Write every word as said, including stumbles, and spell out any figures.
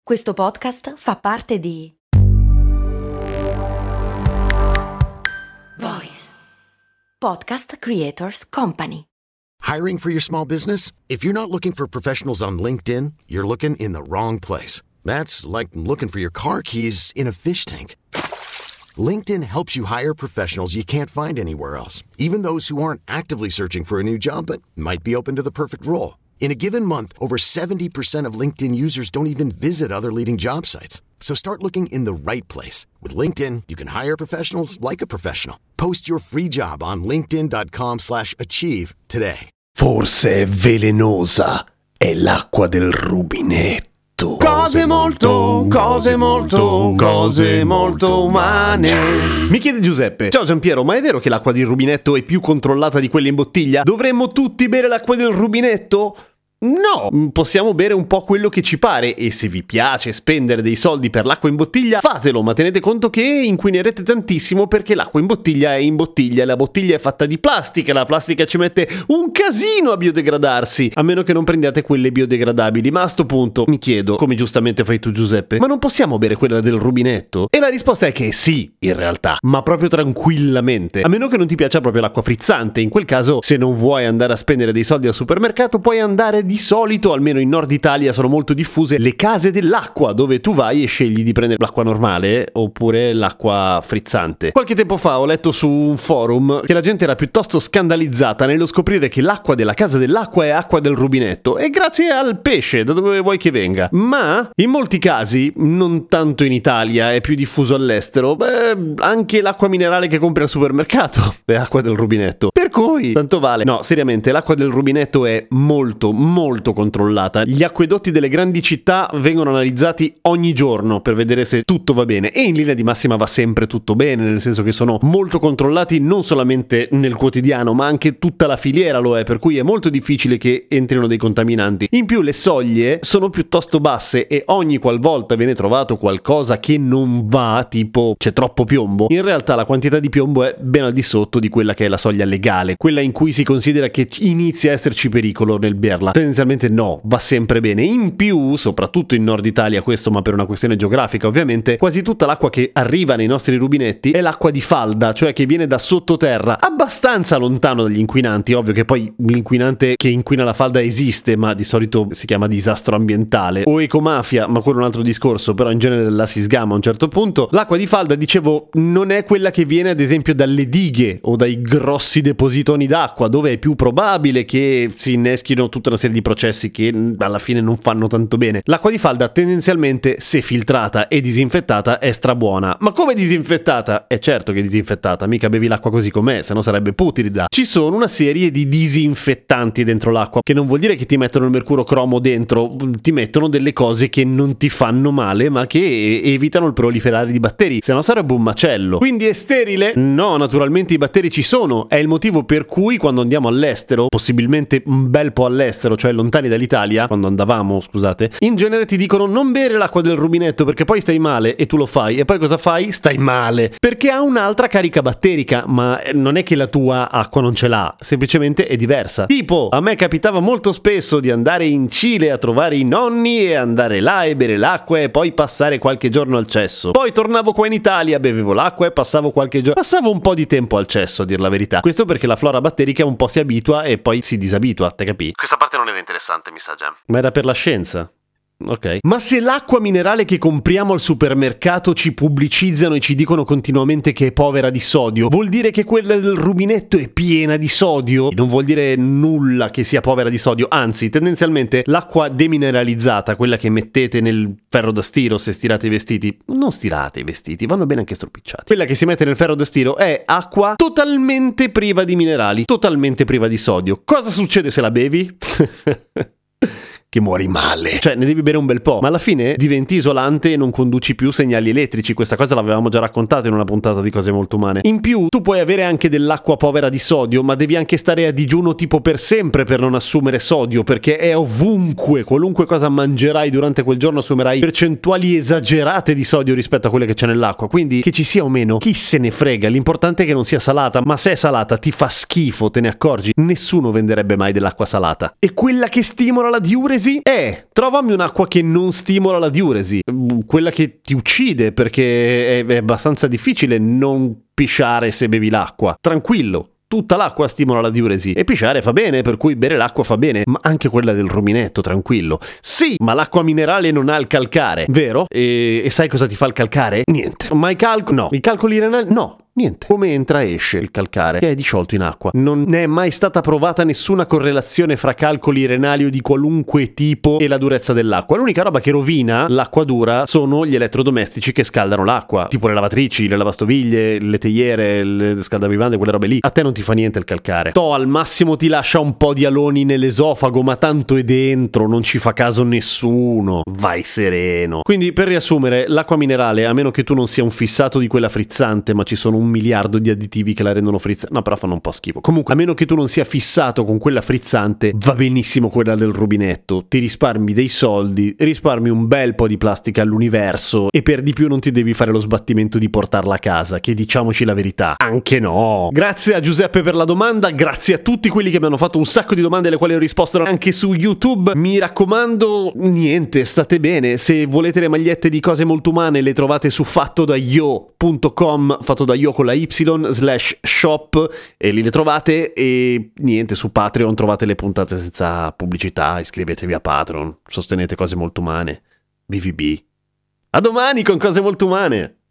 Questo podcast fa parte di Voice Podcast Creators Company. Hiring for your small business? If you're not looking for professionals on LinkedIn, you're looking in the wrong place. That's like looking for your car keys in a fish tank. LinkedIn helps you hire professionals you can't find anywhere else, even those who aren't actively searching for a new job but might be open to the perfect role. In a given month, over seventy percent of LinkedIn users don't even visit other leading job sites. So start looking in the right place. With LinkedIn, you can hire professionals like a professional. Post your free job on linkedin.com slash achieve today. Forse è velenosa, è l'acqua del rubinetto. Cose molto, cose molto, cose molto umane. Mi chiede Giuseppe: ciao Giampiero, ma è vero che l'acqua del rubinetto è più controllata di quella in bottiglia? Dovremmo tutti bere l'acqua del rubinetto? No, possiamo bere un po' quello che ci pare, e se vi piace spendere dei soldi per l'acqua in bottiglia, fatelo, ma tenete conto che inquinerete tantissimo, perché l'acqua in bottiglia è in bottiglia e la bottiglia è fatta di plastica, la plastica ci mette un casino a biodegradarsi, a meno che non prendiate quelle biodegradabili. Ma a sto punto mi chiedo, come giustamente fai tu Giuseppe, ma non possiamo bere quella del rubinetto? E la risposta è che sì, in realtà, ma proprio tranquillamente, a meno che non ti piaccia proprio l'acqua frizzante. In quel caso, se non vuoi andare a spendere dei soldi al supermercato, puoi andare. Di solito, almeno in Nord Italia, sono molto diffuse le case dell'acqua, dove tu vai e scegli di prendere l'acqua normale oppure l'acqua frizzante. Qualche tempo fa ho letto su un forum che la gente era piuttosto scandalizzata nello scoprire che l'acqua della casa dell'acqua è acqua del rubinetto, e grazie al pesce, da dove vuoi che venga. Ma in molti casi, non tanto in Italia, è più diffuso all'estero, beh, anche l'acqua minerale che compri al supermercato è acqua del rubinetto. Per cui, tanto vale. No, seriamente, l'acqua del rubinetto è molto, molto controllata. Gli acquedotti delle grandi città vengono analizzati ogni giorno per vedere se tutto va bene, e in linea di massima va sempre tutto bene, nel senso che sono molto controllati non solamente nel quotidiano, ma anche tutta la filiera lo è, per cui è molto difficile che entrino dei contaminanti. In più le soglie sono piuttosto basse, e ogni qualvolta viene trovato qualcosa che non va, tipo c'è troppo piombo, in realtà la quantità di piombo è ben al di sotto di quella che è la soglia legale, quella in cui si considera che inizia a esserci pericolo nel berla. Tendenzialmente no, va sempre bene. In più, soprattutto in Nord Italia, questo ma per una questione geografica ovviamente, quasi tutta l'acqua che arriva nei nostri rubinetti è l'acqua di falda, cioè che viene da sottoterra, abbastanza lontano dagli inquinanti. Ovvio che poi l'inquinante che inquina la falda esiste, ma di solito si chiama disastro ambientale o ecomafia, ma quello è un altro discorso, però in genere la si sgama a un certo punto. L'acqua di falda, dicevo, non è quella che viene ad esempio dalle dighe o dai grossi depositoni d'acqua, dove è più probabile che si inneschino tutta una serie di processi che alla fine non fanno tanto bene. L'acqua di falda tendenzialmente, se filtrata e disinfettata, è strabuona. Ma come disinfettata? È certo che è disinfettata, mica bevi l'acqua così com'è, se no sarebbe putrida. Ci sono una serie di disinfettanti dentro l'acqua, che non vuol dire che ti mettono il mercuro cromo dentro, ti mettono delle cose che non ti fanno male, ma che evitano il proliferare di batteri, se no sarebbe un macello. Quindi è sterile? No, naturalmente i batteri ci sono, è il motivo per cui quando andiamo all'estero, possibilmente un bel po' all'estero, cioè lontani dall'Italia, quando andavamo, scusate, in genere ti dicono non bere l'acqua del rubinetto perché poi stai male, e tu lo fai, e poi cosa fai? Stai male, perché ha un'altra carica batterica, ma non è che la tua acqua non ce l'ha, semplicemente è diversa. Tipo, a me capitava molto spesso di andare in Cile a trovare i nonni e andare là e bere l'acqua e poi passare qualche giorno al cesso. Poi tornavo qua in Italia, bevevo l'acqua e passavo qualche giorno, passavo un po' di tempo al cesso, a dir la verità. Questo perché la flora batterica un po' si abitua e poi si disabitua, te capì? Questa parte non era interessante, mi sa già. Ma era per la scienza. Ok. Ma se l'acqua minerale che compriamo al supermercato ci pubblicizzano e ci dicono continuamente che è povera di sodio, vuol dire che quella del rubinetto è piena di sodio? Non vuol dire nulla che sia povera di sodio, anzi, tendenzialmente l'acqua demineralizzata, quella che mettete nel ferro da stiro se stirate i vestiti, non stirate i vestiti, vanno bene anche stropicciati. Quella che si mette nel ferro da stiro è acqua totalmente priva di minerali, totalmente priva di sodio. Cosa succede se la bevi? Che muori male, cioè ne devi bere un bel po', ma alla fine diventi isolante e non conduci più segnali elettrici. Questa cosa l'avevamo già raccontata in una puntata di Cose Molto Umane. In più tu puoi avere anche dell'acqua povera di sodio, ma devi anche stare a digiuno tipo per sempre per non assumere sodio, perché è ovunque. Qualunque cosa mangerai durante quel giorno assumerai percentuali esagerate di sodio rispetto a quelle che c'è nell'acqua, quindi che ci sia o meno chi se ne frega, l'importante è che non sia salata. Ma se è salata ti fa schifo, te ne accorgi? Nessuno venderebbe mai dell'acqua salata. E quella che stimola la diuresi diuresi? Eh, trovami un'acqua che non stimola la diuresi, quella che ti uccide, perché è, è abbastanza difficile non pisciare se bevi l'acqua. Tranquillo. Tutta l'acqua stimola la diuresi e pisciare fa bene, per cui bere l'acqua fa bene, ma anche quella del rubinetto, tranquillo. Sì, ma l'acqua minerale non ha il calcare, vero? E, e sai cosa ti fa il calcare? Niente. Ma i calcoli? No. I calcoli renali? No. Niente. Come entra e esce il calcare, che è disciolto in acqua. Non ne è mai stata provata nessuna correlazione fra calcoli renali o di qualunque tipo e la durezza dell'acqua. L'unica roba che rovina l'acqua dura sono gli elettrodomestici che scaldano l'acqua, tipo le lavatrici, le lavastoviglie, le teiere, le scaldavivande, quelle robe lì. A te non ti fa niente il calcare. To, al massimo ti lascia un po' di aloni nell'esofago, ma tanto è dentro, non ci fa caso nessuno. Vai sereno. Quindi, per riassumere, l'acqua minerale, a meno che tu non sia un fissato di quella frizzante, ma ci sono un miliardo di additivi che la rendono frizzante, no, però fanno un po' schifo. Comunque, a meno che tu non sia fissato con quella frizzante, va benissimo quella del rubinetto. Ti risparmi dei soldi, risparmi un bel po' di plastica all'universo e per di più non ti devi fare lo sbattimento di portarla a casa, che diciamoci la verità, anche no. Grazie a Giuseppe per la domanda, grazie a tutti quelli che mi hanno fatto un sacco di domande alle quali ho risposto anche su YouTube. Mi raccomando, niente, state bene. Se volete le magliette di Cose Molto Umane le trovate su fatto da io punto com, fatto da io con la y slash shop, e lì le trovate. E niente, su Patreon trovate le puntate senza pubblicità, iscrivetevi a Patreon, sostenete Cose Molto Umane. B V B. A domani con Cose Molto Umane.